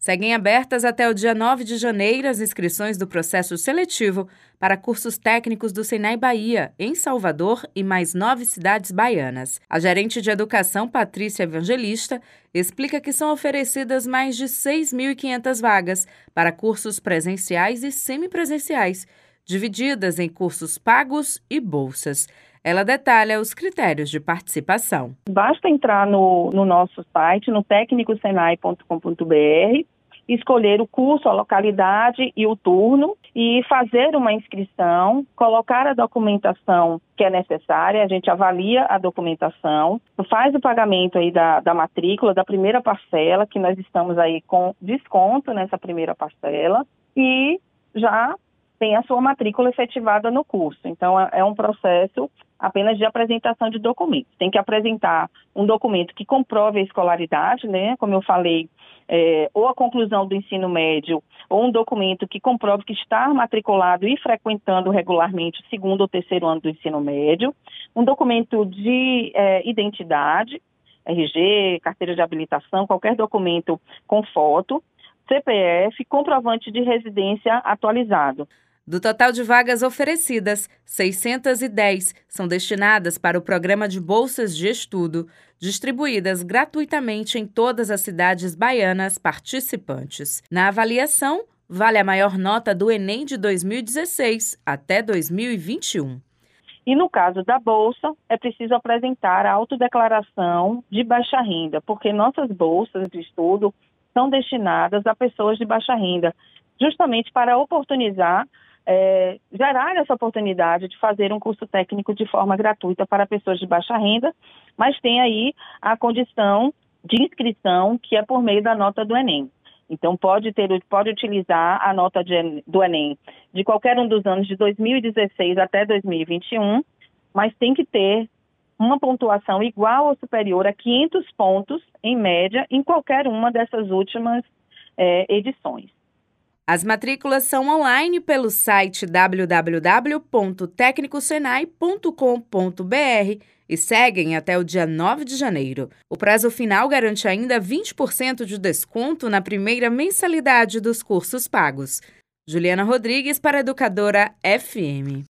Seguem abertas até o dia 9 de janeiro as inscrições do processo seletivo para cursos técnicos do Senai Bahia, em Salvador e mais 9 cidades baianas. A gerente de educação, Patrícia Evangelista, explica que são oferecidas mais de 6.500 vagas para cursos presenciais e semipresenciais, divididas em cursos pagos e bolsas. Ela detalha os critérios de participação. Basta entrar no nosso site, no tecnicosenai.com.br, escolher o curso, a localidade e o turno e fazer uma inscrição, colocar a documentação que é necessária, a gente avalia a documentação, faz o pagamento aí da matrícula, da primeira parcela, que nós estamos aí com desconto nessa primeira parcela, e já tem a sua matrícula efetivada no curso. Então, é um processo apenas de apresentação de documentos. Tem que apresentar um documento que comprove a escolaridade, né? Como eu falei, ou a conclusão do ensino médio, ou um documento que comprove que está matriculado e frequentando regularmente o segundo ou terceiro ano do ensino médio, um documento de identidade, RG, carteira de habilitação, qualquer documento com foto, CPF, comprovante de residência atualizado. Do total de vagas oferecidas, 610 são destinadas para o programa de bolsas de estudo, distribuídas gratuitamente em todas as cidades baianas participantes. Na avaliação, vale a maior nota do Enem de 2016 até 2021. E no caso da bolsa, é preciso apresentar a autodeclaração de baixa renda, porque nossas bolsas de estudo são destinadas a pessoas de baixa renda, justamente para oportunizar, gerar essa oportunidade de fazer um curso técnico de forma gratuita para pessoas de baixa renda, mas tem aí a condição de inscrição, que é por meio da nota do Enem. Então, pode utilizar a nota do Enem de qualquer um dos anos de 2016 até 2021, mas tem que ter uma pontuação igual ou superior a 500 pontos, em média, em qualquer uma dessas últimas edições. As matrículas são online pelo site www.tecnicosenai.com.br e seguem até o dia 9 de janeiro. O prazo final garante ainda 20% de desconto na primeira mensalidade dos cursos pagos. Juliana Rodrigues para a Educadora FM.